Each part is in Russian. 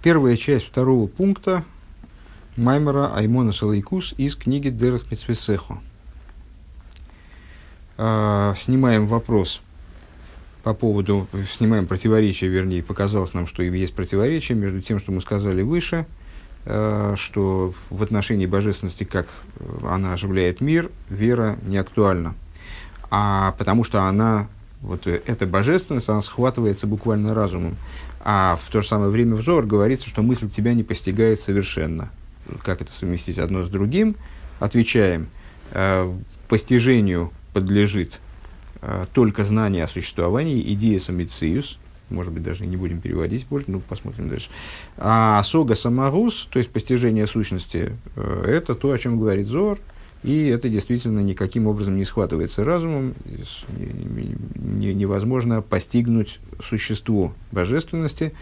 Первая часть второго пункта Маймера Аймона Салайкус из книги Дерах Мицвесехо. Снимаем вопрос по поводу, снимаем противоречие, вернее, показалось нам, что есть противоречие между тем, что мы сказали выше, что в отношении божественности, как она оживляет мир, вера не актуальна. Потому что она, вот эта божественность, она схватывается буквально разумом. А в то же самое время в Зоар говорится, что мысль тебя не постигает совершенно. Как это совместить одно с другим? Отвечаем, постижению подлежит только знание о существовании, идея самициус, может быть, даже не будем переводить больше, ну, посмотрим дальше. А сога самагус, то есть постижение сущности, это то, о чем говорит Зоар, и это действительно никаким образом не схватывается разумом, невозможно постигнуть существо божественности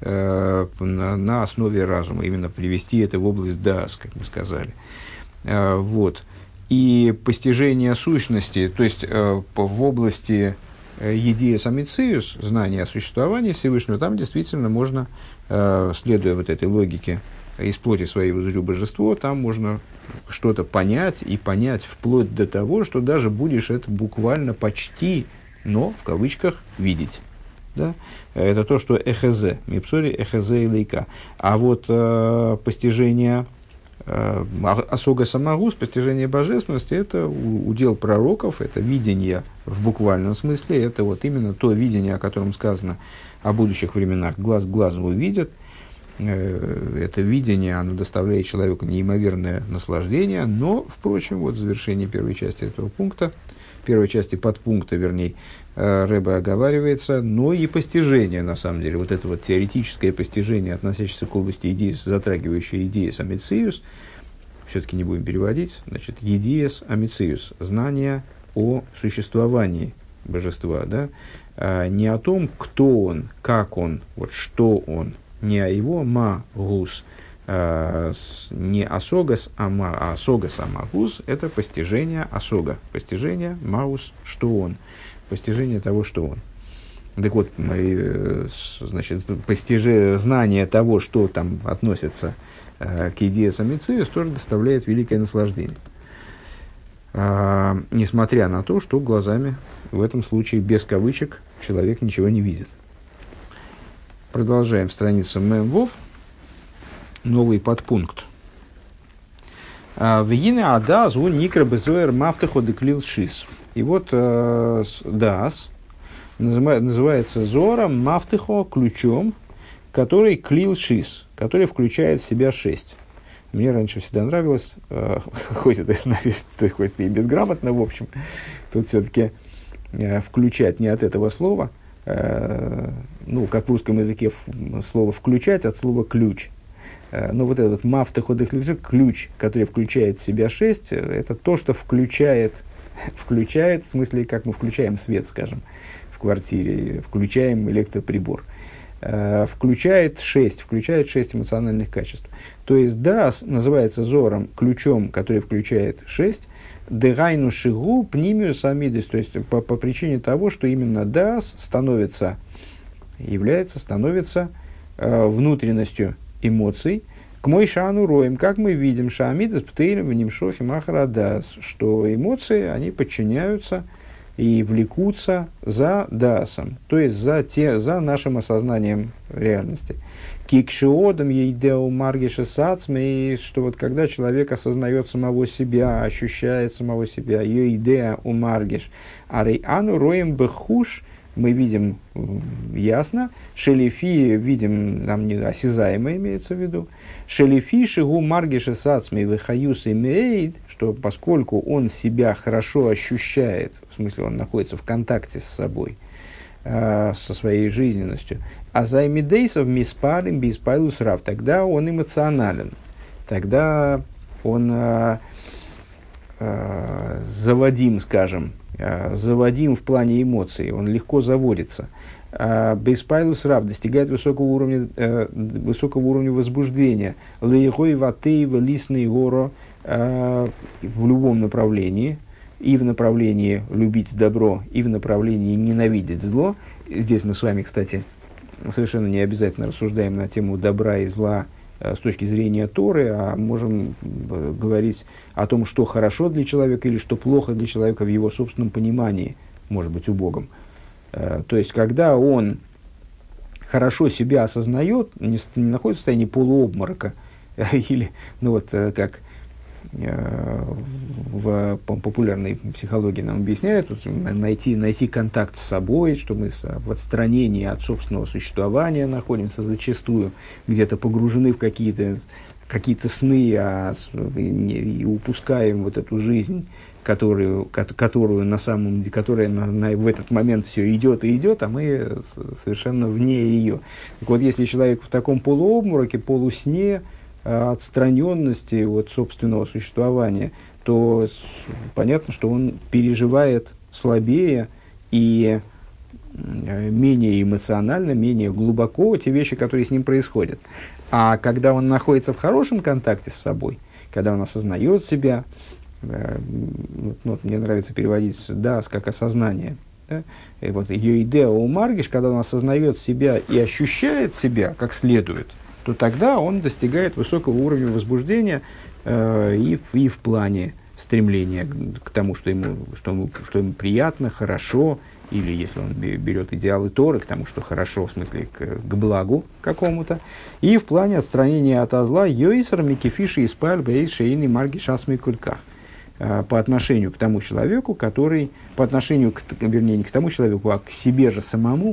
на основе разума, именно привести это в область даас, как мы сказали. Вот. И постижение сущности, то есть в области идеи самициус, знания о существовании Всевышнего, там действительно можно, следуя вот этой логике, из плоти своей воззрю божество, там можно что-то понять, и понять вплоть до того, что даже будешь это буквально почти, но в кавычках, видеть. Да? Это то, что эхезе, мипсори эхезе и лейка. А вот постижение асога самагус, постижение божественности, это удел пророков, это видение в буквальном смысле, это вот именно то видение, о котором сказано о будущих временах, глаз к глазу увидят. Это видение, оно доставляет человеку неимоверное наслаждение, но, впрочем, вот в завершении первой части этого пункта, первой части подпункта, вернее, Рэбе оговаривается, но и постижение, на самом деле, вот это вот теоретическое постижение, относящееся к области идеи, затрагивающей идеи амициус, все-таки не будем переводить, значит, идеес амициус, знание о существовании божества, да? Не о том, кто он, как он, вот что он, не о его магус, не асогас, а асогас амагус, это постижение асога, постижение маус, что он, постижение того, что он. Так вот, значит, знание того, что там относится к идее самициус, тоже доставляет великое наслаждение. Несмотря на то, что глазами, в этом случае без кавычек, человек ничего не видит. Продолжаем страницу Мемвов. Новый подпункт. Вегине адаз у никра безоэр мафтехо деклил шис. И вот даас называется зором мафтехо, ключом, который клил шис, который включает в себя 6. Мне раньше всегда нравилось, хоть это и безграмотно, в общем, тут все-таки включать не от этого слова, ну, как в русском языке слово «включать» от слова «ключ». Но вот этот мафтехо ключ, который включает в себя 6, это то, что включает, в смысле, как мы включаем свет, скажем, в квартире, включаем электроприбор. Включает 6 эмоциональных качеств. То есть даас называется зором, ключом, который включает 6, дегайну шигу пнимиус амидис, то есть по причине того, что именно даас становится внутренностью эмоций, к мой шану роем, как мы видим, шаамидис птейлем в нимшохи махарадас, что эмоции, они подчиняются и влекутся за дасом, то есть за нашим осознанием реальности. Кикшиодом ейдеу маргиша сацме, что вот когда человек осознает самого себя, ощущает самого себя, ее идея у маргиш, арей ану роем бехуш, мы видим ясно, шелефи видим, нам не осязаемо имеется в виду, шелефи шигу маргиша сацме вехаюс имеет, что поскольку он себя хорошо ощущает, в смысле он находится в контакте с собой, со своей жизненностью, а за эмидейсов миспалим биспайлус рав, тогда он эмоционален, тогда он заводим, скажем, заводим в плане эмоций, он легко заводится. Бейспайлус рав достигает высокого уровня возбуждения. Лейгой ватеева лисный горо в любом направлении, и в направлении любить добро, и в направлении ненавидеть зло. Здесь мы с вами, кстати, совершенно не обязательно рассуждаем на тему добра и зла с точки зрения Торы, а можем говорить о том, что хорошо для человека или что плохо для человека в его собственном понимании, может быть, убогом. То есть, когда он хорошо себя осознает, не находится в состоянии полуобморока, или, ну вот, как в популярной психологии нам объясняют, вот, найти контакт с собой, что мы в отстранении от собственного существования находимся зачастую, где-то погружены в какие-то сны, и упускаем вот эту жизнь, которая в этот момент все идет и идет, а мы совершенно вне ее. Так вот, если человек в таком полуобмороке, полусне, отстраненности от собственного существования, то понятно, что он переживает слабее и менее эмоционально, менее глубоко те вещи, которые с ним происходят. А когда он находится в хорошем контакте с собой, когда он осознает себя, мне нравится переводить «дас» как осознание, да? И вот ее идея у Маргиш, когда он осознает себя и ощущает себя как следует, то тогда он достигает высокого уровня возбуждения и в плане стремления к тому, что ему приятно, хорошо, или если он берет идеалы Торы, к тому, что хорошо, в смысле к благу какому-то, и в плане отстранения от зла «йойсер микефиши испаль бейс шейни марги шасми кульках» по отношению к тому человеку, не к тому человеку, а к себе же самому,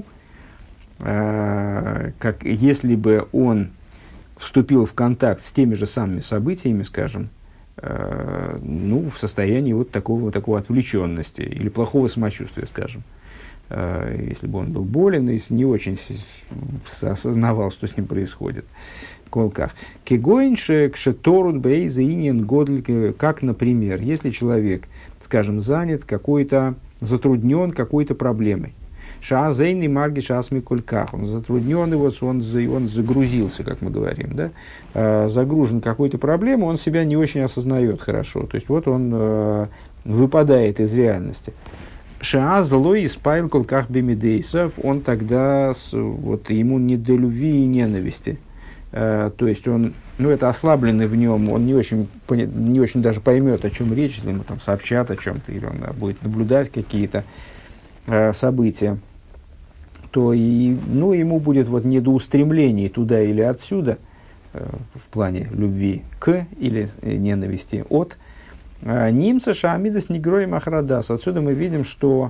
как если бы он вступил в контакт с теми же самыми событиями, скажем, в состоянии вот такого отвлеченности или плохого самочувствия, скажем. Если бы он был болен и не очень осознавал, что с ним происходит. Кегоинше кшеторут бейзе инин годль, как, например, если человек, скажем, затруднен какой-то проблемой. Шаазейный марги шасми кульках. Он затруднен, он загрузился, как мы говорим, да? Загружен какой-то проблемой, он себя не очень осознает хорошо. То есть, вот он выпадает из реальности. Шааз злой испайл кульках бемидейсов, он тогда, ему не до любви и ненависти. То есть, он, это ослабленный в нем, он не очень даже поймет, о чем речь, если ему там сообщат о чем-то, или он будет наблюдать какие-то события, то ему будет не до устремлений туда или отсюда, в плане любви к или ненависти от. Нимца шаамидас негроем ахрадас. Отсюда мы видим, что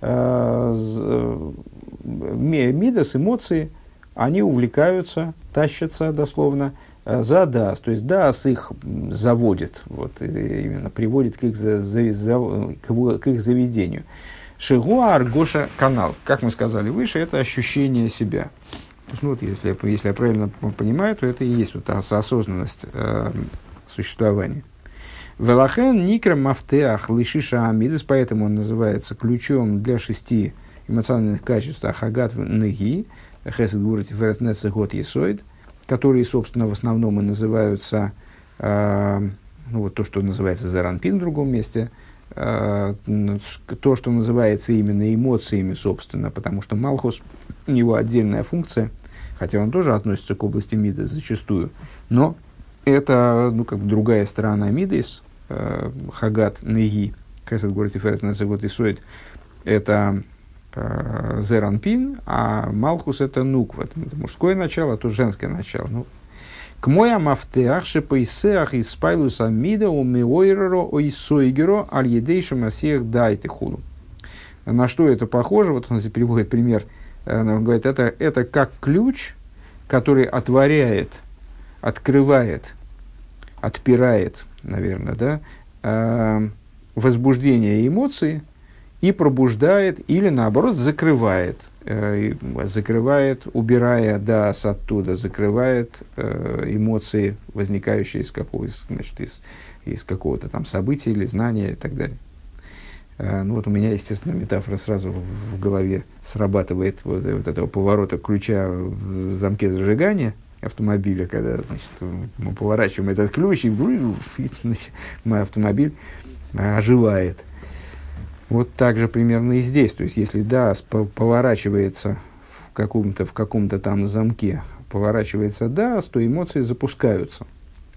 мидас, эмоции, они увлекаются, тащатся дословно за дас. То есть дас их заводит, именно приводит к их заведению. Шигуар Гоша канал, как мы сказали выше, это ощущение себя. То есть, если я правильно понимаю, то это и есть осознанность существования. Велахен никра мафтеах лишиша амидас, поэтому он называется ключом для 6 эмоциональных качеств ахагат неги, хесед гурати ферснеце гот есоид, которые, собственно, в основном и называются, то, что называется заранпин в другом месте, то, что называется именно эмоциями, собственно, потому что Малхус, у него отдельная функция, хотя он тоже относится к области Мидас зачастую, но это, другая сторона Мидас, Хагат Неги, Хесед Горти Ферес Нацегот Исоид, это Зеранпин, а Малхус это Нуква, это мужское начало, а то женское начало. К моя мафтеах шепайсеах из спайлуса мида у миойреро ойсойгеро альедейша масех дайте худу. На что это похоже? Вот он здесь приводит пример. Он говорит, это как ключ, который отворяет, открывает, отпирает, наверное, да, возбуждение эмоций и пробуждает, или наоборот закрывает, убирая дас оттуда, закрывает эмоции, возникающие из какого-то там события или знания и так далее. У меня, естественно, метафора сразу в голове срабатывает вот этого поворота ключа в замке зажигания автомобиля, когда мы поворачиваем этот ключ, и мой автомобиль оживает. Вот так же примерно и здесь. То есть, если дас поворачивается в каком-то там замке поворачивается даас, то эмоции запускаются.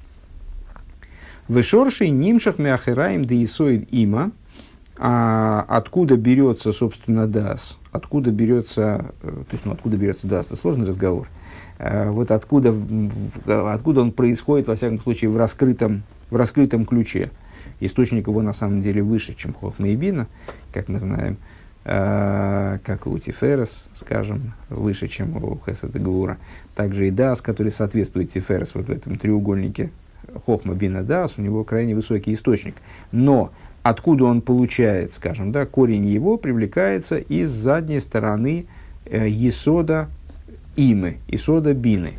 Вешорший нимшах мяхираем деисоид има. А откуда берется, собственно, даас? Откуда берется даас? Это сложный разговор. Вот откуда он происходит, во всяком случае, в раскрытом ключе. Источник его, на самом деле, выше, чем хохма и бина, как мы знаем. Как и у Тиферес, скажем, выше, чем у Хесед и Гвура. Также и даас, который соответствует Тиферес, вот в этом треугольнике хохма, бина, даас, у него крайне высокий источник. Но откуда он получает, скажем, да, корень его привлекается из задней стороны есода имы, есода бины.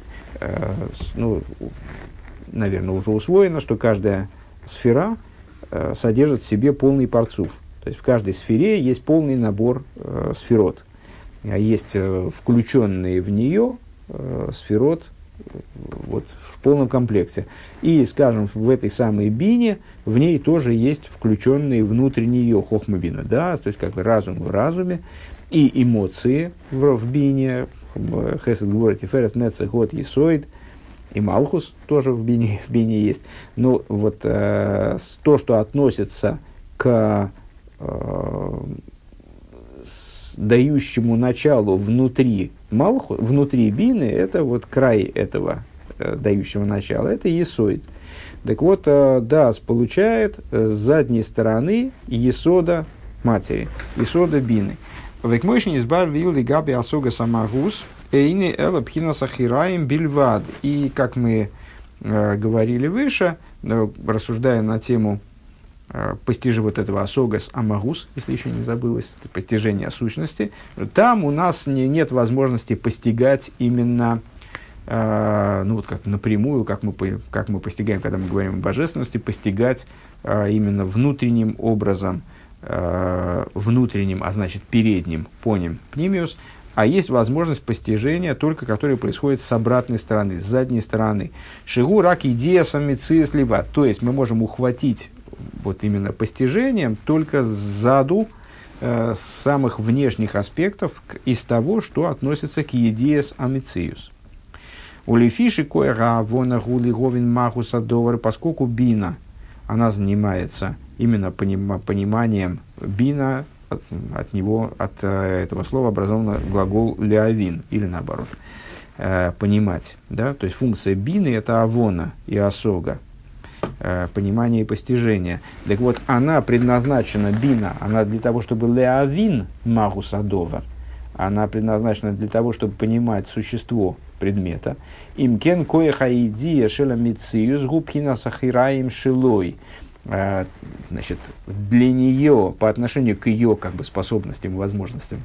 Наверное, уже усвоено, что каждая сфера содержит в себе полный парцуф. То есть в каждой сфере есть полный набор сферот. Есть включенные в нее сферот вот, в полном комплекте. И, скажем, в этой самой бине, в ней тоже есть включенные внутрь нее хохма бина, да, то есть как бы разум в разуме, и эмоции в бине, хесед гвура тиферес нецех год есоид, и малхус тоже в бине есть. Но вот то, что относится к дающему началу внутри бины, это вот край этого дающего начала, это есоид. Так вот, даас получает с задней стороны есода матери, есода бины. Векмойшин избар вилли габи асога самагус эйни эла пхина сахираем бильвад. И, как мы говорили выше, рассуждая на тему вот этого асогас амагус, если еще не забылось, это постижение сущности, там у нас нет возможности постигать именно, вот как напрямую, как мы постигаем, когда мы говорим о божественности, постигать именно внутренним образом, внутренним, а значит передним, поним, пнимиус, а есть возможность постижения, только которая происходит с обратной стороны, с задней стороны. Шигу рак идея самициес лива, то есть мы можем ухватить вот именно постижением только сзаду самых внешних аспектов из того, что относится к идеес амициус. Улифиши коэра вона гули говин махуса довар, поскольку бина, она занимается именно пониманием бина, от этого слова образован глагол леавин, или наоборот, понимать. Да? То есть функция бины – это авона и асога, понимание и постижение. Так вот, она предназначена, бина, она для того, чтобы леавин магус адовар, она предназначена для того, чтобы понимать существо предмета. Имкен коеха идия шеламициюс губхина сахираим шилой. Значит, для нее, по отношению к ее как бы способностям и возможностям,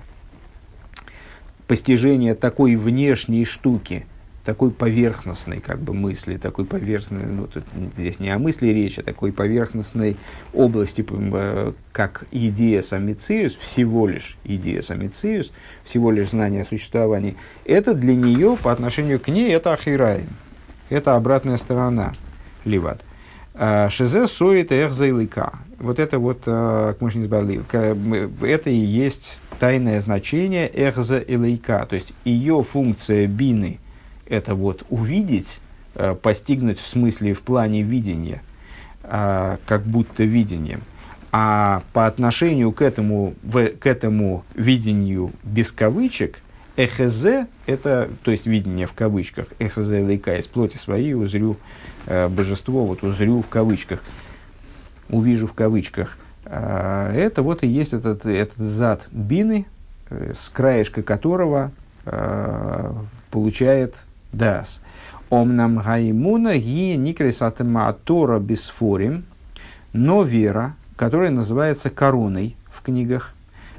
постижение такой внешней штуки, такой поверхностной как бы мысли, такой поверхностной, здесь не о мысли речь, а такой поверхностной области, как идея самициус, всего лишь идея самициус, всего лишь знание о существовании, это для нее, по отношению к ней, это ахираим, это обратная сторона ливат. Шезе соит эхзайлика. Вот это вот, как мы не забыли, это и есть тайное значение эхзайлика. То есть ее функция бины – это вот увидеть, постигнуть в смысле, в плане видения, как будто видением. А по отношению к этому видению без кавычек, эхезе – это, то есть видение в кавычках, эхзайлика, из плоти своей узрю божество, вот узрю в кавычках, увижу в кавычках. Это вот и есть этот зад бины, с краешка которого получает даас. Омнам гаймуна ги никресатема тора бисфорим, но вера, которая называется короной в книгах.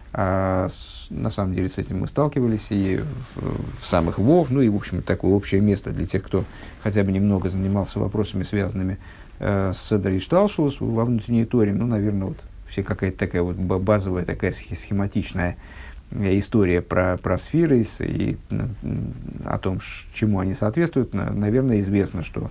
На самом деле с этим мы сталкивались и в самых Вов, ну и, в общем, такое общее место для тех, кто хотя бы немного занимался вопросами, связанными с Седер и Шталшус во внутренней Торе. Ну, наверное, вот все какая-то такая вот базовая, такая схематичная история про сферы и о том, чему они соответствуют. Наверное, известно, что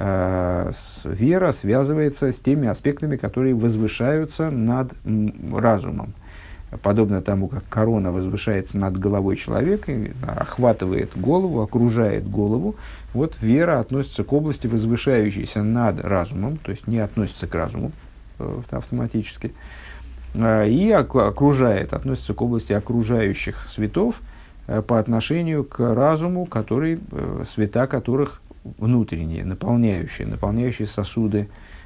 вера связывается с теми аспектами, которые возвышаются над разумом. подобно тому, как корона возвышается над головой человека, охватывает голову, окружает голову, вот вера относится к области, возвышающейся над разумом, то есть не относится к разуму автоматически, и окружает, относится к области окружающих светов по отношению к разуму, света которых внутренние, наполняющие сосуды.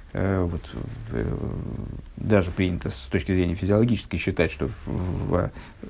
Даже принято с точки зрения физиологической считать, что в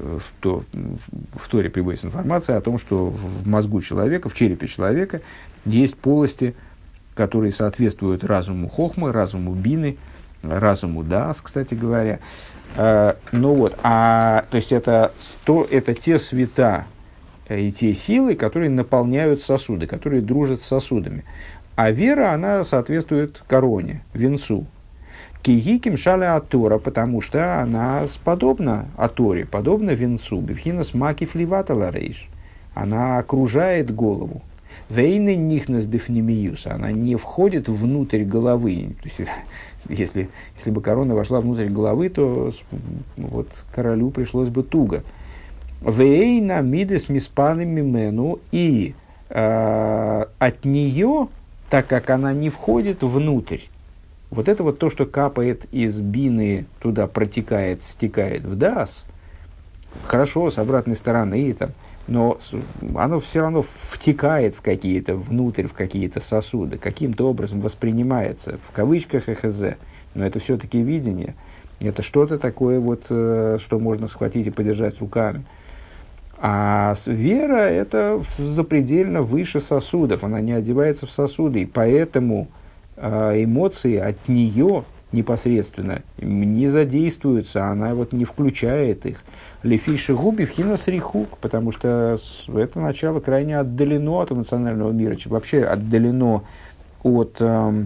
Торе приводится информация о том, что в мозгу человека, в черепе человека есть полости, которые соответствуют разуму хохмы, разуму бины, разуму даас, кстати говоря. То есть это те света и те силы, которые наполняют сосуды, которые дружат с сосудами. А вера, она соответствует короне, венцу. Кигиким шаля атора, потому что она подобна аторе, подобна венцу. Бифхина смаки фливата ларейш. Она окружает голову. Вейны нихнес бифнемиюса. Она не входит внутрь головы. То есть, если бы корона вошла внутрь головы, то вот, королю пришлось бы туго. Вейна мидес миспаны мимену. И от нее, так как она не входит внутрь, вот это вот то, что капает из бины, туда протекает, стекает в даас, хорошо, с обратной стороны, там, но оно все равно втекает внутрь, в какие-то сосуды, каким-то образом воспринимается, в кавычках ХЗ, но это все-таки видение, это что-то такое, вот, что можно схватить и подержать руками. А вера – это запредельно выше сосудов, она не одевается в сосуды, и поэтому эмоции от нее непосредственно не задействуются, она вот не включает их. Лефиши губи вхинас рихук, потому что это начало крайне отдалено от эмоционального мира, вообще отдалено от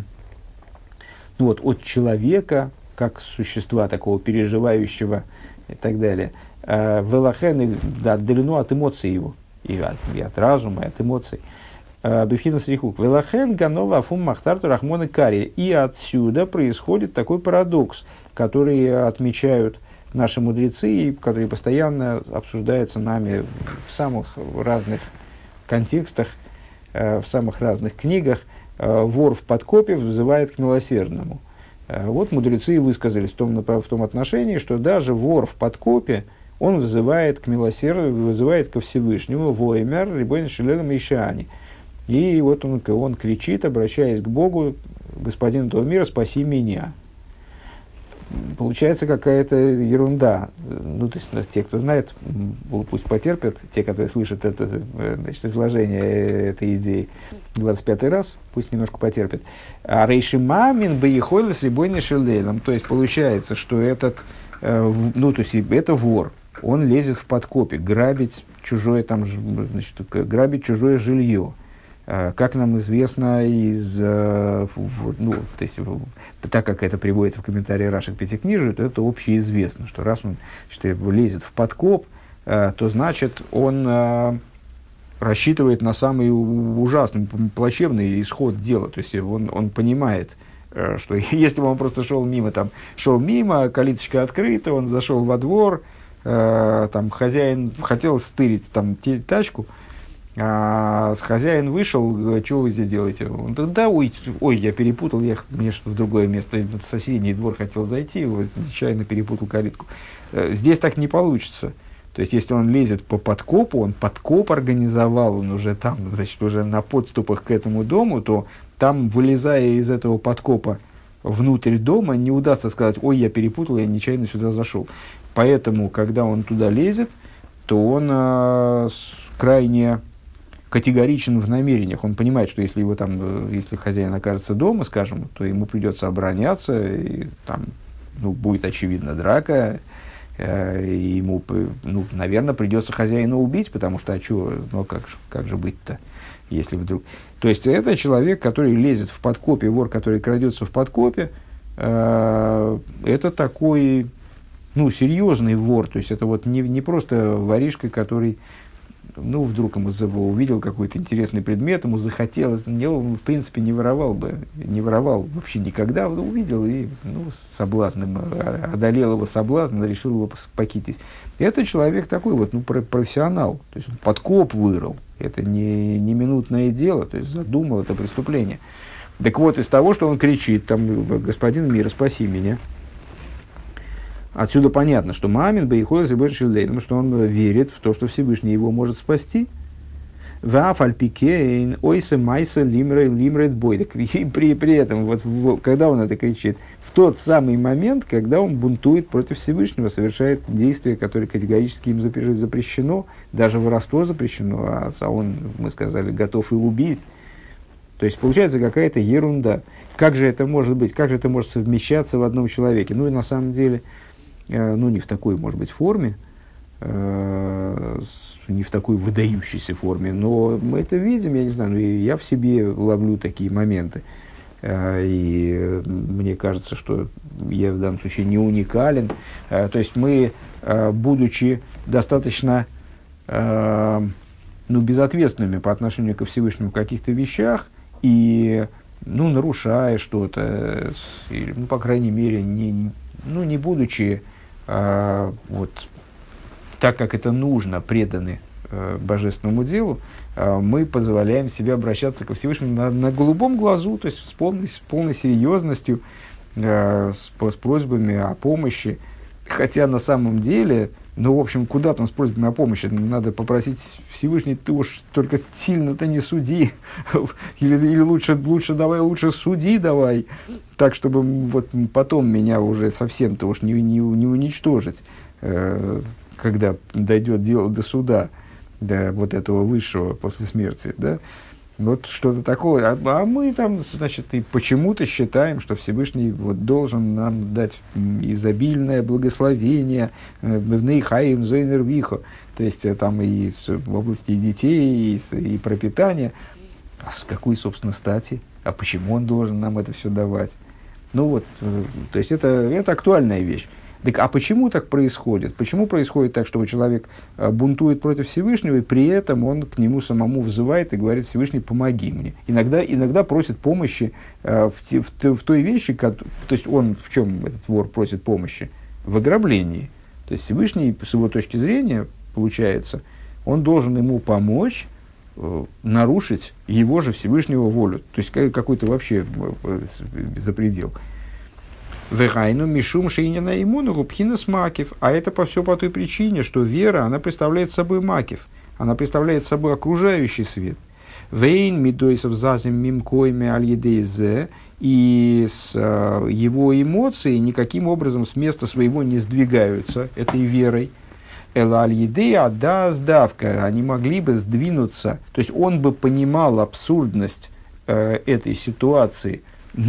человека, как существа такого переживающего и так далее. Велахен, да, отдалено от эмоций его, и от разума, и от эмоций. Бифхинас рихук. Велахен ганова афум махтарту рахмоны кари. И отсюда происходит такой парадокс, который отмечают наши мудрецы, и который постоянно обсуждается нами в самых разных контекстах, в самых разных книгах. Вор в подкопе вызывает к милосердному. Вот мудрецы высказались в том отношении, что даже вор в подкопе, он вызывает к милосердию, вызывает ко Всевышнему, воимер, рибойн шелелем и шаани. И вот он кричит, обращаясь к Богу: господин этого мира, спаси меня. Получается какая-то ерунда. Ну, то есть, те, кто знает, пусть потерпят, те, которые слышат это, значит, изложение этой идеи 25-й раз, пусть немножко потерпят. А рейшимамин бейхойла с рибойни шелелем. То есть, получается, что это вор. Он лезет в подкопе, грабить чужое жилье. Как нам известно, так как это приводится в комментарии Раши к Пятикнижию, то это общеизвестно, что раз он лезет в подкоп, то значит он рассчитывает на самый ужасный, плачевный исход дела. То есть он понимает, что если бы он просто шел мимо, калиточка открыта, он зашел во двор, там хозяин хотел стырить тачку, а хозяин вышел, говорит: что вы здесь делаете? Он говорит: да, ой, я перепутал, мне в другое место, в соседний двор хотел зайти, вот, нечаянно перепутал калитку. Здесь так не получится. То есть, если он лезет по подкопу, он подкоп организовал, он уже там, значит, уже на подступах к этому дому, то там, вылезая из этого подкопа внутрь дома, не удастся сказать: ой, я перепутал, я нечаянно сюда зашел. Поэтому, когда он туда лезет, то он крайне категоричен в намерениях. Он понимает, что если хозяин окажется дома, скажем, то ему придется обороняться, и там будет очевидно драка, и ему, наверное, придется хозяина убить, потому что, как же быть-то, если вдруг... То есть, это человек, который лезет в подкопе, вор, который крадется в подкопе, это такой, серьезный вор, то есть, это вот не просто воришка, который ну, вдруг ему увидел какой-то интересный предмет, ему захотелось, он, в принципе, не воровал вообще никогда, он увидел и, ну, соблазном, одолел его соблазн, решил его похитить. Это человек такой вот, ну, профессионал, то есть он подкоп вырыл, это не минутное дело, то есть задумал это преступление. Так вот, из того, что он кричит, там, господин мира, спаси меня, отсюда понятно, что мамин бейхоз и бэршилей, потому что он верит в то, что Всевышний его может спасти. Вафальпикейн, ойса майса лимрейд бой. И при этом, вот, когда он это кричит, в тот самый момент, когда он бунтует против Всевышнего, совершает действие, которое категорически им запрещено, даже воровство запрещено, а он, мы сказали, готов и убить. То есть получается какая-то ерунда. Как же это может быть? Как же это может совмещаться в одном человеке? Ну и на самом деле, ну не в такой, может быть, форме, не в такой выдающейся форме, но мы это видим, я не знаю, ну, я в себе ловлю такие моменты. И мне кажется, что я в данном случае не уникален. То есть мы, будучи достаточно безответственными по отношению ко Всевышнему в каких-то вещах, и, ну, нарушая что-то, ну, по крайней мере, не будучи вот, так, как это нужно, преданы божественному делу, мы позволяем себе обращаться ко Всевышнему на голубом глазу, то есть с полной серьезностью, с просьбами о помощи. Хотя на самом деле, ну, в общем, куда там с просьбами о помощи? Надо попросить Всевышний, ты уж только сильно-то не суди. Или лучше суди давай. Так, чтобы вот потом меня уже совсем-то уж не уничтожить, когда дойдет дело до суда, до вот этого высшего после смерти, да? Вот что-то такое. А мы там, значит, и почему-то считаем, что Всевышний вот должен нам дать изобильное благословение в Нейхаим Зойнервихо, то есть там и в области детей, и пропитания. А с какой, собственно, стати? А почему он должен нам это все давать? Ну вот, то есть это актуальная вещь. Так, а почему так происходит? Почему происходит так, что человек бунтует против Всевышнего, и при этом он к нему самому взывает и говорит: Всевышний, помоги мне. Иногда просит помощи в той вещи, то есть он в чем этот вор просит помощи? В ограблении. То есть Всевышний, с его точки зрения, получается, он должен ему помочь нарушить его же Всевышнего волю. То есть какой-то вообще запредел. Вегайну мишум шейнина имуну губхинас макив. А это все по той причине, что вера, она представляет собой макив. Она представляет собой окружающий свет. Вейн мидойсов зазим мимкойме аль-едейзе. И его эмоции никаким образом с места своего не сдвигаются этой верой. Эла аль-едея да сдавка. Они могли бы сдвинуться. То есть он бы понимал абсурдность этой ситуации.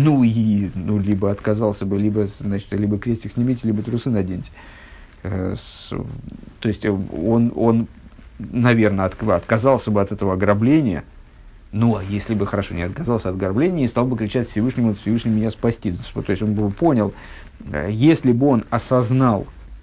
Либо отказался бы, либо крестик снимите, либо трусы наденьте. То есть он, наверное, отказался бы от этого ограбления. Ну, а если бы хорошо не отказался от ограбления и стал бы кричать Всевышнему: Всевышний меня спасти. То есть он бы понял, если бы он осознал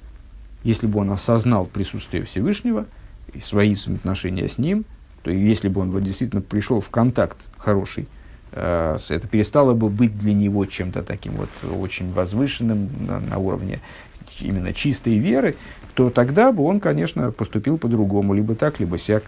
присутствие Всевышнего и свои взаимоотношения с ним, то если бы он вот действительно пришел в контакт хороший, это перестало бы быть для него чем-то таким вот очень возвышенным на уровне именно чистой веры, то тогда бы он, конечно, поступил по-другому, либо так, либо сяк.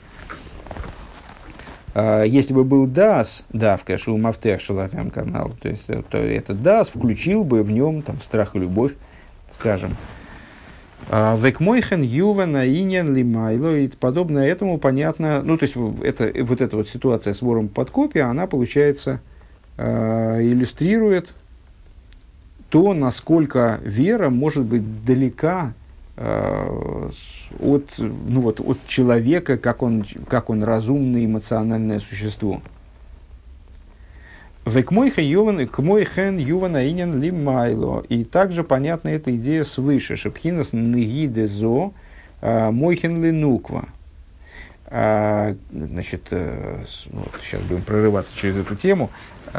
Если бы был дас, давка шумафтех шалахам канал, то есть то этот дас включил бы в нем там страх и любовь, скажем. Векмойхен юва наинен лимайло, и подобное этому понятно. Ну, то есть эта вот ситуация с вором подкопе, она, получается, иллюстрирует то, насколько вера может быть далека от человека, как он разумное эмоциональное существо. И также понятна эта идея свыше. Шепхинас нигидезо мойхен линуква. Значит, сейчас будем прорываться через эту тему.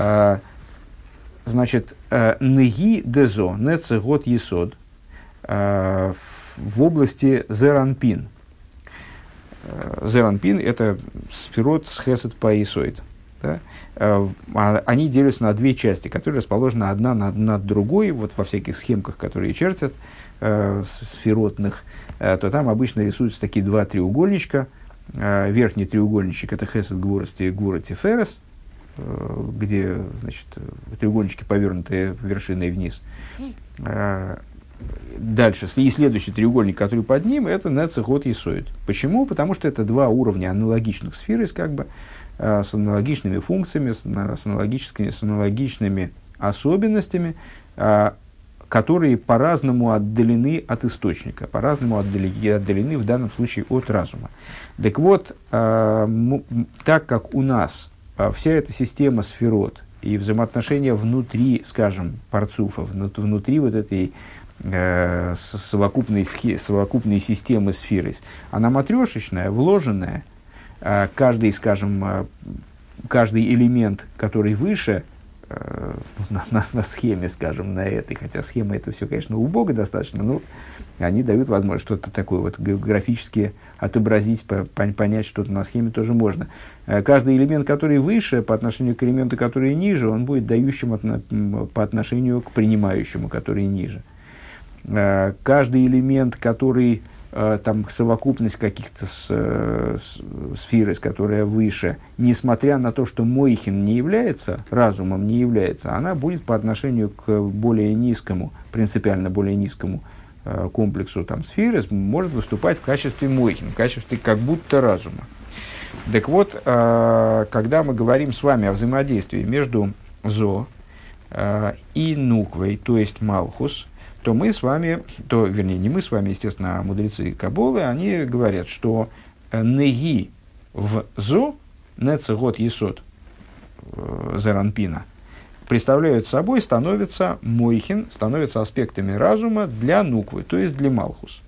Значит, нигидезо, нецегот есод, в области зеранпин. Зеранпин – это сферот с хесед по-исоид. Да? Они делятся на две части, которые расположены одна над другой. Вот во всяких схемках, которые чертят, сферотных, то там обычно рисуются такие два треугольничка. Верхний треугольничек – это хесед гвура тиферес, где, значит, треугольнички повернутые вершиной вниз. Дальше, и следующий треугольник, который под ним, это нецех год есоид. Почему? Потому что это два уровня аналогичных сфер, как бы, с аналогичными функциями, с аналогичными особенностями, которые по-разному отдалены от источника, по-разному отдалены в данном случае от разума. Так вот, так как у нас вся эта система сферот и взаимоотношения внутри, скажем, парцуфа, внутри вот этой совокупной системы сферы, она матрешечная, вложенная, каждый элемент, который выше на схеме, скажем, на этой, хотя схема это все, конечно, убого достаточно, но они дают возможность что-то такое вот графически отобразить, понять что-то на схеме тоже можно. Каждый элемент, который выше по отношению к элементу, который ниже, он будет дающим по отношению к принимающему, который ниже. Каждый элемент, который там совокупность каких-то сфер, которая выше, несмотря на то, что мойхин не является, разумом не является, она будет по отношению к более низкому, принципиально более низкому комплексу там, сферы, может выступать в качестве мойхин, в качестве как будто разума. Так вот, когда мы говорим с вами о взаимодействии между зо и нуквой, то есть малхус, то мы с вами, вернее, не мы с вами, естественно, а мудрецы Каббалы, они говорят, что неги в зо, нецех год есод зеранпина, представляют собой, становятся мойхин, становятся аспектами разума для нуквы, то есть для малхус.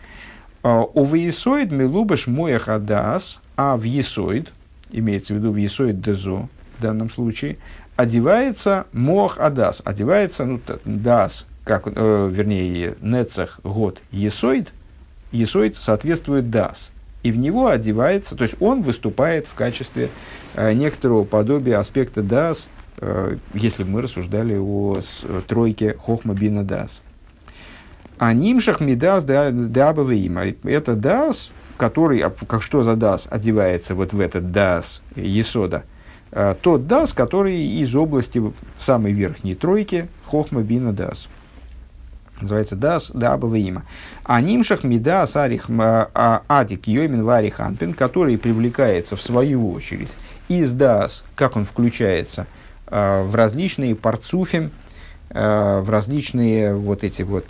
У весоид милубаш моях адас, а в есоид, имеется в виду в есоид дезо, в данном случае, одевается моах адас, одевается дас, вернее, нецех год есоид, есоид соответствует дас, и в него одевается, то есть он выступает в качестве некоторого подобия аспекта дас, если бы мы рассуждали о тройке хохма бина дас. А нимшах мидас дабавеима, это дас, который, как что за дас одевается вот в этот дас есода, тот дас, который из области самой верхней тройки хохма бина дас. Называется дас дабавеима. А нимшах мидас адик йомин варих анпин, который привлекается в свою очередь из дас, как он включается в различные парцуфи, в различные вот эти вот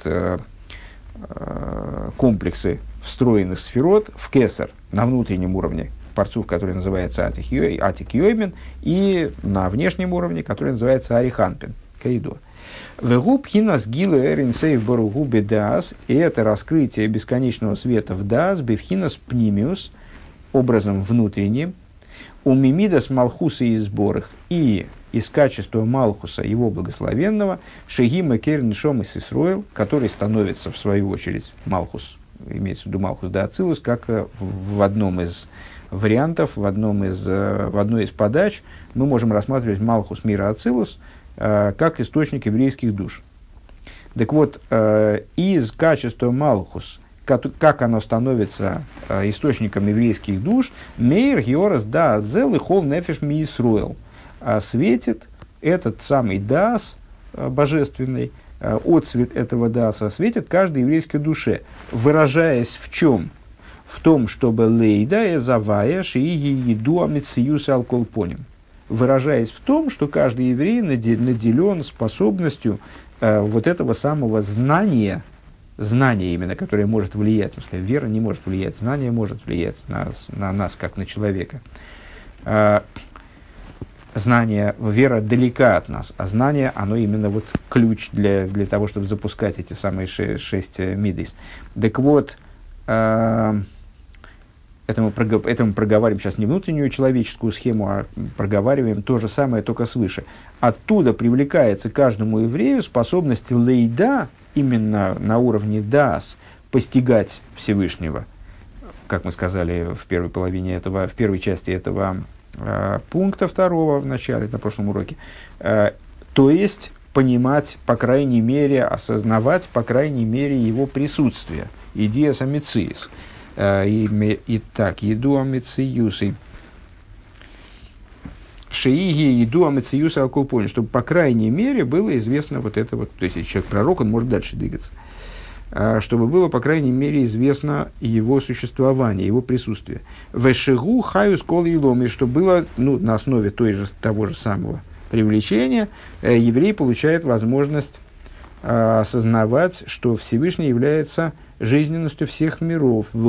комплексы встроенных сферот в кесар на внутреннем уровне, парцуф, который называется атик йоймен, и на внешнем уровне, который называется ариханпин, коридор. Вегуб хинас гилу эрин сейв боругу бедас, и это раскрытие бесконечного света в дас, бевхинас пнимиус, образом внутренним, у мимидас малхуса и сборах, и из качества Малхуса, его благословенного, Шегима Керн Шом и Сисруэл, который становится, в свою очередь, Малхус, имеется в виду Малхус да Ацилус, как в одном из вариантов, в одной из подач мы можем рассматривать Малхус мира Ацилус как источник еврейских душ. Так вот, из качества Малхус, как оно становится источником еврейских душ, Мейр Георас да Азел и Хол Нефеш Ми Исруэл, светит этот самый дас божественный, отцвет этого даса светит каждой еврейской душе, выражаясь в чем? В том, чтобы лейда эзавая шии еду амитсиюс алколпоним, выражаясь в том, что каждый еврей наделен способностью вот этого самого знания именно, которое может влиять, мы сказали, вера не может влиять, знание может влиять на нас, как на человека. Знание, вера далека от нас, а знание, оно именно вот ключ для того, чтобы запускать эти самые 6 мидейс. Так вот, это мы проговариваем сейчас не внутреннюю человеческую схему, а проговариваем то же самое, только свыше. Оттуда привлекается каждому еврею способность лейда, именно на уровне дас, постигать Всевышнего, как мы сказали в первой части этого пункта второго в начале, на прошлом уроке. То есть понимать, по крайней мере, осознавать, по крайней мере, его присутствие. Идея самициис. Итак, еду амициюсы. Шииги еду амициюсы алкулпони. Чтобы, по крайней мере, было известно вот это вот. То есть, если человек пророк, он может дальше двигаться. Чтобы было, по крайней мере, известно его существование, его присутствие. Вешигу хаю скол и ломи. Чтобы было на основе того же самого привлечения, еврей получает возможность осознавать, что Всевышний является жизненностью всех миров. И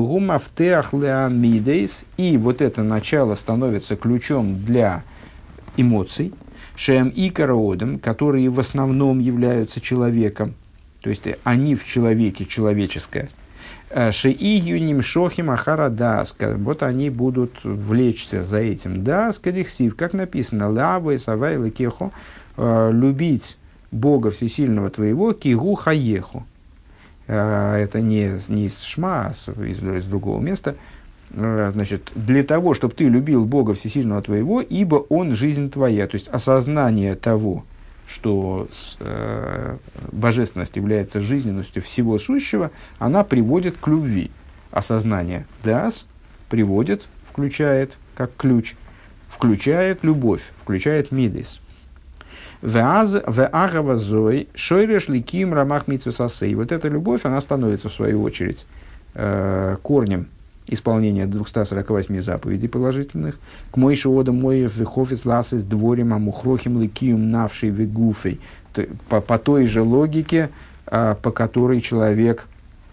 вот это начало становится ключом для эмоций, шем и караодом, которые в основном являются человеком, то есть они в человеке, человеческое. Шеигью нимшохим ахара даска. Вот они будут влечься за этим. Даска дихсив, как написано, лавы савай лекехо, любить Бога Всесильного твоего, кигу хаеху. Это не из Шма, а из другого места. Значит, для того, чтобы ты любил Бога Всесильного твоего, ибо Он жизнь твоя. То есть осознание того, что божественность является жизненностью всего сущего, она приводит к любви. Осознание дас приводит, включает, как ключ, включает любовь, включает мидис. Веагава зой шойреш ликим рамах митсвесасей. Вот эта любовь, она становится, в свою очередь, корнем исполнения 248 заповедей положительных. К мойши ода моев вехофис ласис дворим амухрохим ликиум навший вегуфей. По той же логике, по которой человеку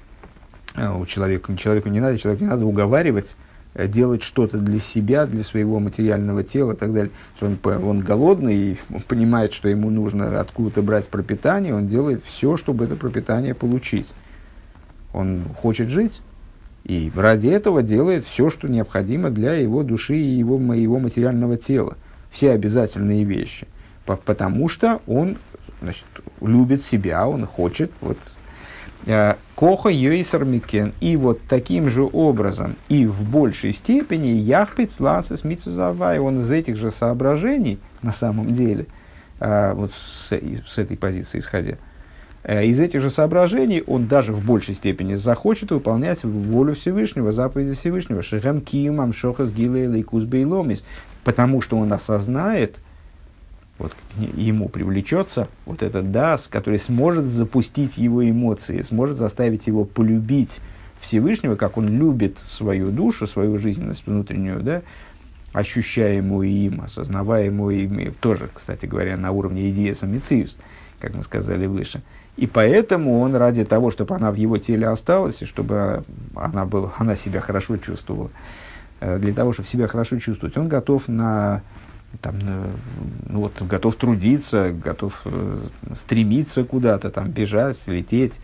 не надо уговаривать делать что-то для себя, для своего материального тела и так далее. Он голодный, и он понимает, что ему нужно откуда-то брать пропитание, он делает все, чтобы это пропитание получить. Он хочет жить, и ради этого делает все, что необходимо для его души и его материального тела. Все обязательные вещи. Потому что он, значит, любит себя, он хочет. Коха йойсар микен. И вот таким же образом, и в большей степени, яхпит ласес митсузавай. Он из этих же соображений, на самом деле, вот с этой позиции исходя, из этих же соображений он даже в большей степени захочет выполнять волю Всевышнего, заповеди Всевышнего. Шехем киим амшохас гилей лейкус бейломис. Потому что он осознает, вот ему привлечется вот этот дас, который сможет запустить его эмоции, сможет заставить его полюбить Всевышнего, как он любит свою душу, свою жизненность внутреннюю, да, ощущаемую им, осознаваемую им, тоже, кстати говоря, на уровне идеи самициус, как мы сказали выше. И поэтому он ради того, чтобы она в его теле осталась, и чтобы она себя хорошо чувствовала, для того, чтобы себя хорошо чувствовать, он готов готов трудиться, готов стремиться куда-то, бежать, лететь.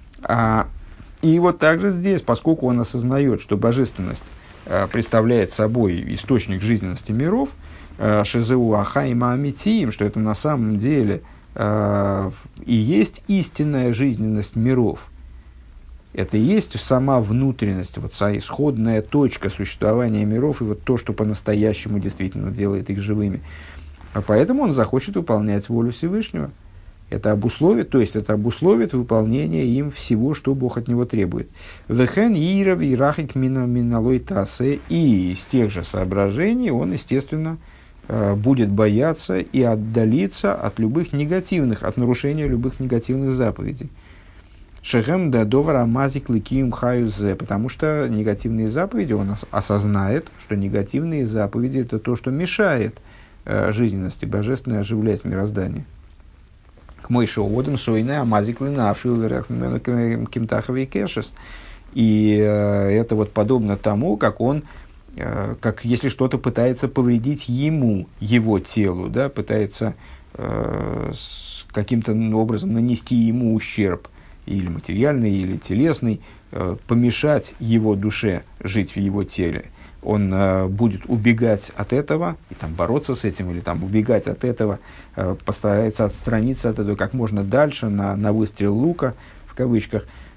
И вот также здесь, поскольку он осознает, что божественность представляет собой источник жизненности миров, шизеу ахаима амитиим, что это на самом деле и есть истинная жизненность миров. Это и есть сама внутренность, вот исходная точка существования миров, и вот то, что по-настоящему действительно делает их живыми. А поэтому он захочет выполнять волю Всевышнего. Это обусловит выполнение им всего, что Бог от него требует. Вехен ирав ирахик миналой тасе. И из тех же соображений он, естественно, будет бояться и отдалиться от любых негативных, от нарушения любых негативных заповедей. Шехем да довара мазик ликиум хаюзе, потому что негативные заповеди, он осознает, что негативные заповеди это то, что мешает жизненности божественной оживлять мироздание. К мойши одам сойне амазик линавший кимтаховый кешес. И это вот подобно тому, как он, как если что-то пытается повредить ему, его телу, да, пытается каким-то образом нанести ему ущерб, или материальный, или телесный, помешать его душе жить в его теле. Он будет убегать от этого, и бороться с этим, или убегать от этого, постарается отстраниться от этого как можно дальше, на выстрел лука, в кавычках,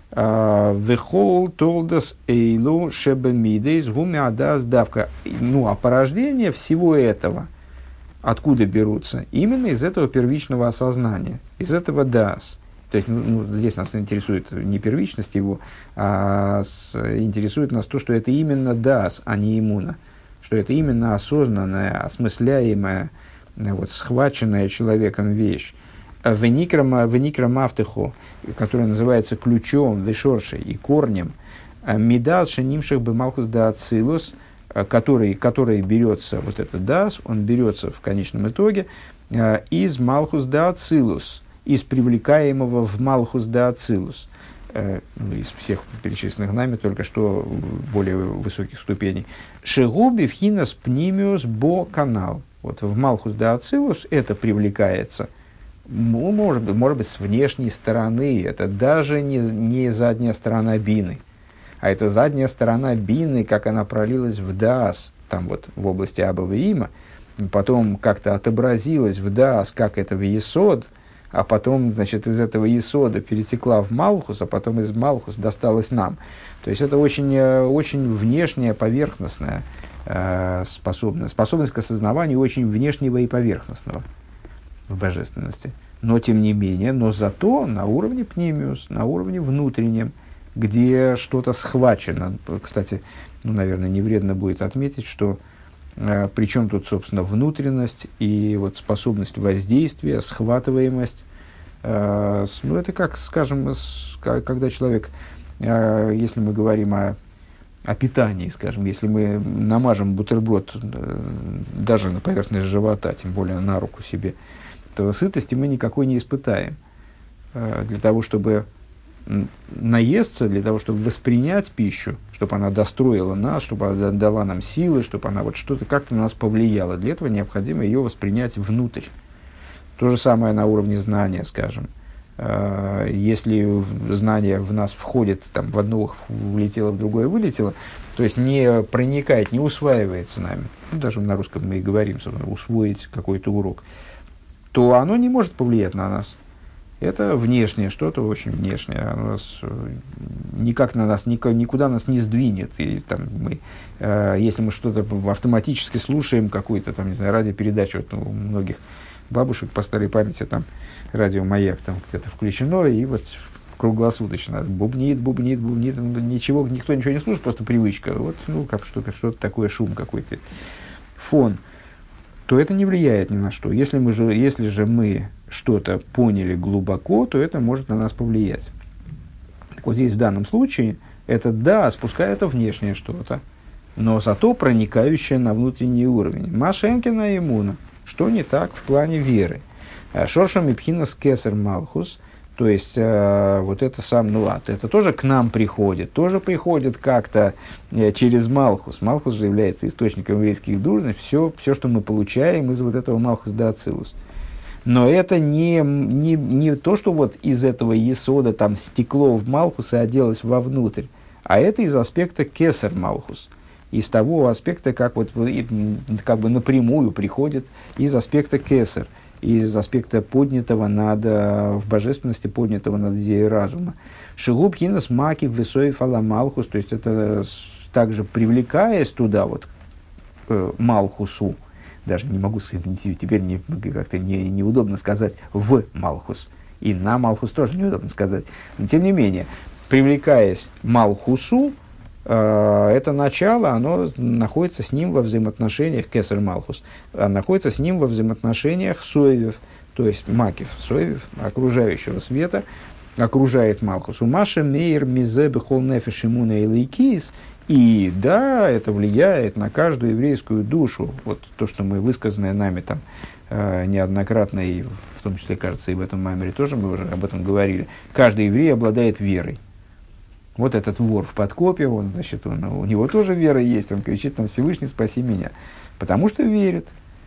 Вехол толдас эйлу шебемидейс гумиадас давка. Ну, а порождение всего этого, откуда берутся? Именно из этого первичного осознания, из этого дас. То есть, здесь нас интересует не первичность его, а интересует нас то, что это именно дас, а не иммуна. Что это именно осознанная, осмысляемая, вот, схваченная человеком вещь. Веникра мафтехо, которая называется ключом, вешоршей и корнем, мидас шенимших бы малхус да ацилус, который берется, вот этот дас, он берется в конечном итоге из малхус да ацилус, из привлекаемого в малхус да ацилус, из всех перечисленных нами только что более высоких ступеней. Шегуби вхинас пнимиус бо канал. Вот в малхус да ацилус это привлекается, может быть, с внешней стороны. Это даже не задняя сторона бины, а это задняя сторона бины, как она пролилась в даас, там вот в области Аба Веима, потом как-то отобразилась в даас, как это в Есод, а потом, значит, из этого Есода перетекла в Малхус, а потом из Малхус досталась нам. То есть это очень, очень внешняя, поверхностная способность к осознаванию очень внешнего и поверхностного в божественности. Но, тем не менее, но зато на уровне пнимиус, на уровне внутреннем, где что-то схвачено. Кстати, наверное, не вредно будет отметить, что причем тут, собственно, внутренность и вот способность воздействия, схватываемость. Это как, скажем, когда человек, если мы говорим о питании, скажем, если мы намажем бутерброд даже на поверхность живота, тем более на руку себе, то сытости мы никакой не испытаем. Для того, чтобы наесться, для того, чтобы воспринять пищу, чтобы она достроила нас, чтобы она дала нам силы, чтобы она вот что-то как-то на нас повлияла. Для этого необходимо ее воспринять внутрь. То же самое на уровне знания, скажем. Если знание в нас входит, там, в одно влетело, в другое вылетело, то есть не проникает, не усваивается нами, даже на русском мы и говорим, собственно, усвоить какой-то урок, то оно не может повлиять на нас. Это внешнее, что-то очень внешнее. Оно нас, никак на нас, никуда нас не сдвинет. И, там, если мы что-то автоматически слушаем, какую-то там, не знаю, радиопередачу, вот, у многих бабушек по старой памяти там радио «Маяк» там где-то включено, и вот круглосуточно бубнит, ничего, никто ничего не слушает, просто привычка. Вот, как что-то такое, шум какой-то, фон. То это не влияет ни на что. Если же мы что-то поняли глубоко, то это может на нас повлиять. Так вот здесь в данном случае это да, спускай это внешнее что-то, но зато проникающее на внутренний уровень. Машенкина иммуна. Что не так в плане веры? Шоршам и пхинас кесар малхус. То есть, вот это сам нуат, это тоже к нам приходит, тоже приходит как-то через Малхус. Малхус же является источником еврейских душ, все, что мы получаем из вот этого Малхус да Ацилус. Но это не то, что вот из этого Есода там стекло в Малхус и оделось вовнутрь, а это из аспекта Кесар Малхус. Из того аспекта, как вот как бы напрямую приходит из аспекта Кесар. Из аспекта поднятого в божественности, поднятого над идеей разума. Шигуб хинас маки высой фаламалхус, то есть это также привлекаясь туда, вот, к Малхусу, даже не могу сказать, теперь как-то неудобно сказать в Малхус, и на Малхус тоже неудобно сказать, но тем не менее, привлекаясь Малхусу, это начало, оно находится с ним во взаимоотношениях, Кесар Малхус, находится с ним во взаимоотношениях соевев, то есть макив, соевев, окружающего света, окружает Малхус. У Маши мейр мизе бехол нефеш имуна элейкис, и да, это влияет на каждую еврейскую душу, вот то, что мы высказанное нами там неоднократно, и в том числе, кажется, и в этом маймере тоже мы уже об этом говорили, каждый еврей обладает верой. Вот этот вор в подкопе, у него тоже вера есть, он кричит там: Всевышний, спаси меня, потому что верит.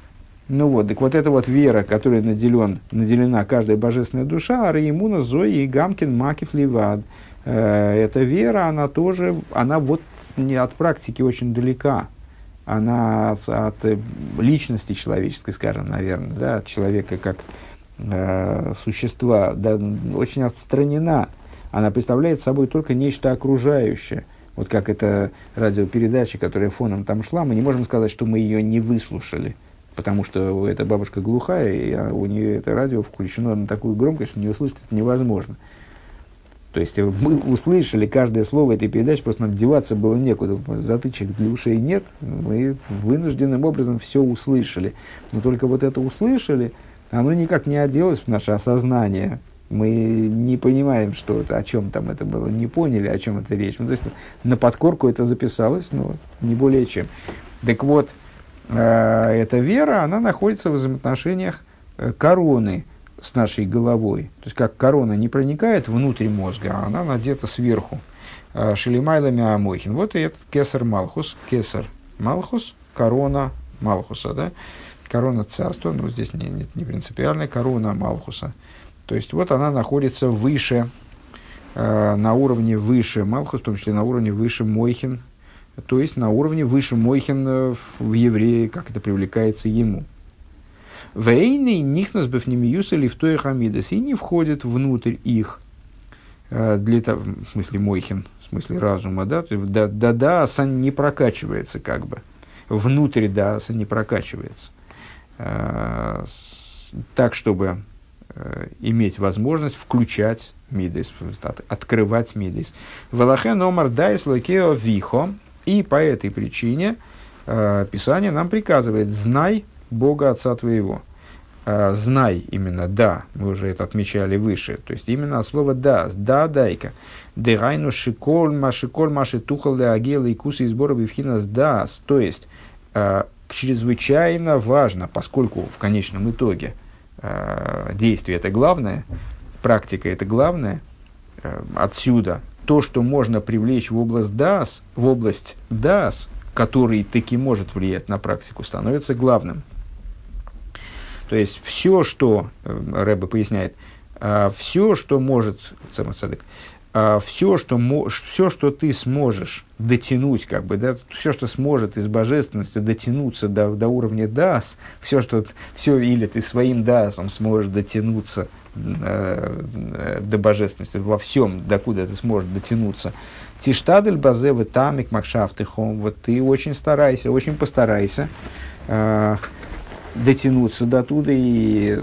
Так вот эта вот вера, которой наделена каждая божественная душа, Араимуна, Зои и Гамкин, Макив, Ливад. Эта вера, она вот не от практики очень далека, она от личности человеческой, скажем, наверное, от человека как существа, очень отстранена. она представляет собой только нечто окружающее. Вот как эта радиопередача, которая фоном там шла, мы не можем сказать, что мы ее не выслушали, потому что эта бабушка глухая, и у нее это радио включено на такую громкость, что не услышать это невозможно. То есть мы услышали каждое слово этой передачи, просто нам деваться было некуда, затычек для ушей нет, мы вынужденным образом все услышали. Но только вот это услышали, оно никак не оделось в наше осознание. Мы не понимаем, что это, о чем там это было, не поняли, о чем это речь. Ну, то есть на подкорку это записалось, но не более чем. Так вот, эта вера, она находится в взаимоотношениях короны с нашей головой. То есть, как корона не проникает внутрь мозга, а она надета сверху. Шелимайлами Амойхин. Вот и этот кесар Малхус. Кесар Малхус, корона Малхуса. Да? Корона царства, но здесь не принципиальная, корона Малхуса. То есть, вот она находится выше, на уровне выше Малхус, в том числе на уровне выше Мойхин, то есть на уровне выше Мойхин в евреи, как это привлекается ему. Вейный нихнас бифнемиюса лифтоя хамидас, и не входит внутрь их, для того, в смысле Мойхин, в смысле разума, да, дааса не прокачивается как бы, внутрь дааса не прокачивается, так, чтобы иметь возможность включать мидейс, открывать мидейс. Велахен омар дайс лакео вихо, и по этой причине Писание нам приказывает: знай Бога Отца твоего. Знай именно, да, мы уже это отмечали выше, то есть именно от слова да, да, дайка. Дерайну шиколь маши тухал де агела и кусы и сбора бифхинас дас, то есть чрезвычайно важно, поскольку в конечном итоге действие это главное, практика это главное, отсюда то, что можно привлечь в область дас, который таки может влиять на практику, становится главным. То есть все, что, Рэбе поясняет, все, что может, все, что ты сможешь дотянуть, как бы, да, все, что сможет из божественности дотянуться до уровня дас, все, или ты своим дасом сможешь дотянуться до божественности, во всем, докуда ты сможешь дотянуться. Тиштадель базевы тамик макшафтыхом, вот ты очень старайся, очень постарайся дотянуться до туда и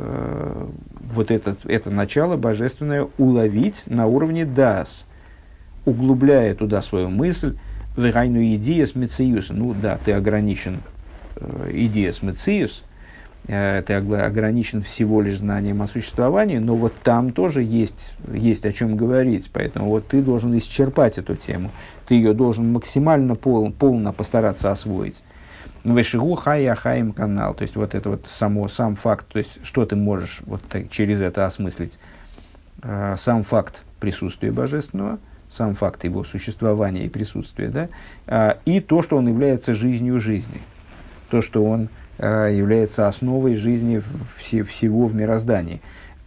вот это начало божественное уловить на уровне дас, углубляя туда свою мысль, вегайну идея с мециюс. Ну да, ты ограничен идея с мециюс, ты ограничен всего лишь знанием о существовании, но вот там тоже есть о чем говорить, поэтому вот ты должен исчерпать эту тему, ты ее должен максимально полно постараться освоить. Вешигу хай ахаим канал, то есть вот это вот сам факт, то есть что ты можешь вот так, через это осмыслить, сам факт присутствия божественного, сам факт его существования и присутствия, да, и то, что он является жизнью жизни, то, что он является основой жизни всего в мироздании.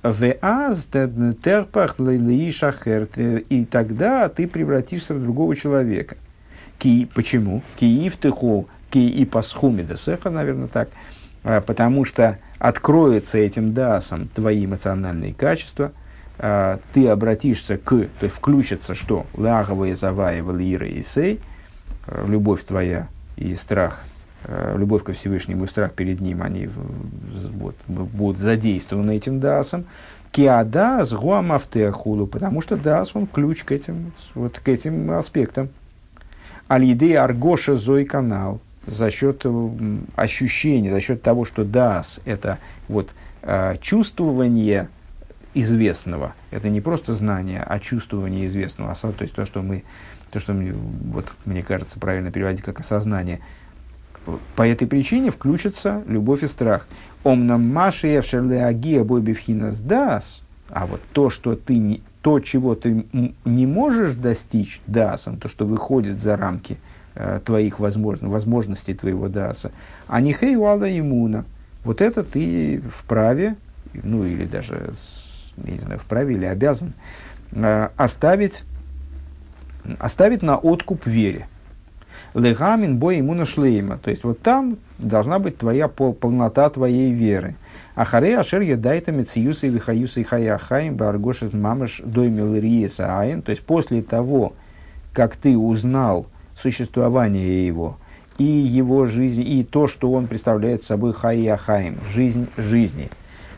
И тогда ты превратишься в другого человека. Почему? И по схуме десеха, наверное, так, потому что откроется этим дасом твои эмоциональные качества, ты обратишься то есть включится что? Лаговая заваева лира и сей, любовь твоя и страх, любовь ко Всевышнему и страх перед ним, они будут задействованы этим дасом. Киадас гуамафтеахулу, потому что дас, он ключ к этим аспектам. Алидей аргоша зой канал, за счет ощущения, за счет того, что дас – это вот, чувствование известного. Это не просто знание, а чувствование известного. То есть то, что вот, мне кажется, правильно переводить как осознание. По этой причине включится любовь и страх. Омнам маши агия бойбивхинас дас, а вот то, чего ты не можешь достичь дасом, то, что выходит за рамки твоих возможностей твоего даса, а не хейвала иммуна, вот это ты вправе, ну или даже, я не знаю, вправе или обязан оставить на откуп вере. Легамин бой иммуна шлейма, то есть вот там должна быть твоя полнота твоей веры. Ахаре ашер едайта мециюса и вихаюса и хаяхаим баргошет мамаш доймил риеса айн. То есть после того, как ты узнал существование его, и его жизнь, и то, что он представляет собой хаяхаим, жизнь жизни,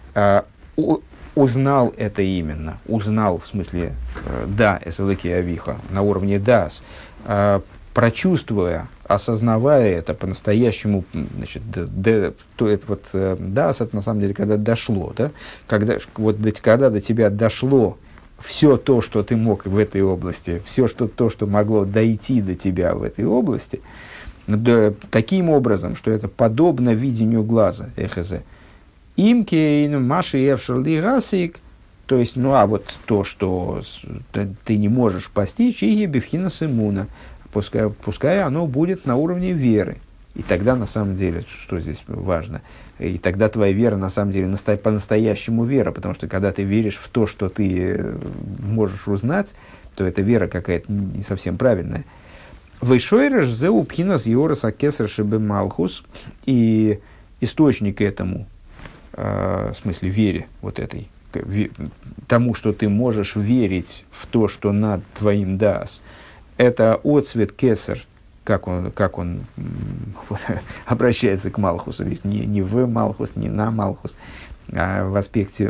узнал это именно, узнал в смысле да, эсэлэки авиха, на уровне дас, прочувствуя, осознавая это по-настоящему, значит, то это вот дас, это на самом деле когда дошло, да, когда до тебя дошло все то, что ты мог в этой области, все то, что могло дойти до тебя в этой области, да, таким образом, что это подобно видению глаза, эхезе. Имкейн, Маши Евшерли Гасик, то есть, вот то, что ты не можешь постичь, и Бевхина Симуна, пускай оно будет на уровне веры. И тогда, на самом деле, что здесь важно, и тогда твоя вера, на самом деле, по-настоящему вера, потому что когда ты веришь в то, что ты можешь узнать, то эта вера какая-то не совсем правильная. Вейшойреш зеу пхинас йорас акесар шебе малхус, и источник этому, в смысле вере вот этой, тому, что ты можешь верить в то, что над твоим дас, это отцвет кесар, как он обращается к Малхусу, ведь не в Малхус, не на Малхус, а в аспекте,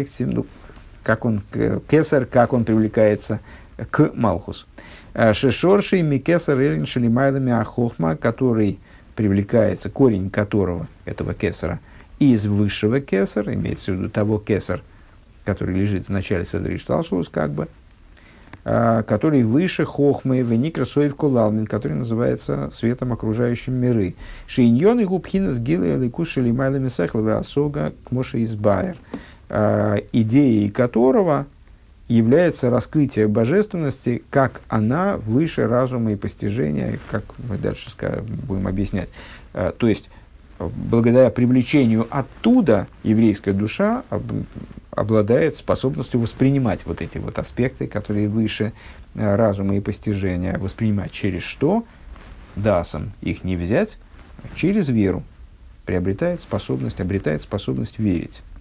кесар, как он привлекается к Малхусу. Шешорший микесар элин шелимайлами ахохма, который привлекается, корень которого, этого кесара, из высшего кесара, имеется в виду того кесар, который лежит в начале Седри Шталшус, который выше хохмы, веникра соев кулалмин, который называется светом окружающим миры. Шейньон и губхина с гилой ликус шелимайлами сехловы асога к моше избайер, идеей которого является раскрытие божественности, как она выше разума и постижения, как мы дальше будем объяснять. То есть, благодаря привлечению оттуда еврейская душа обладает способностью воспринимать вот эти вот аспекты, которые выше разума и постижения. Воспринимать через что? Дасом их не взять, через веру. Обретает способность верить.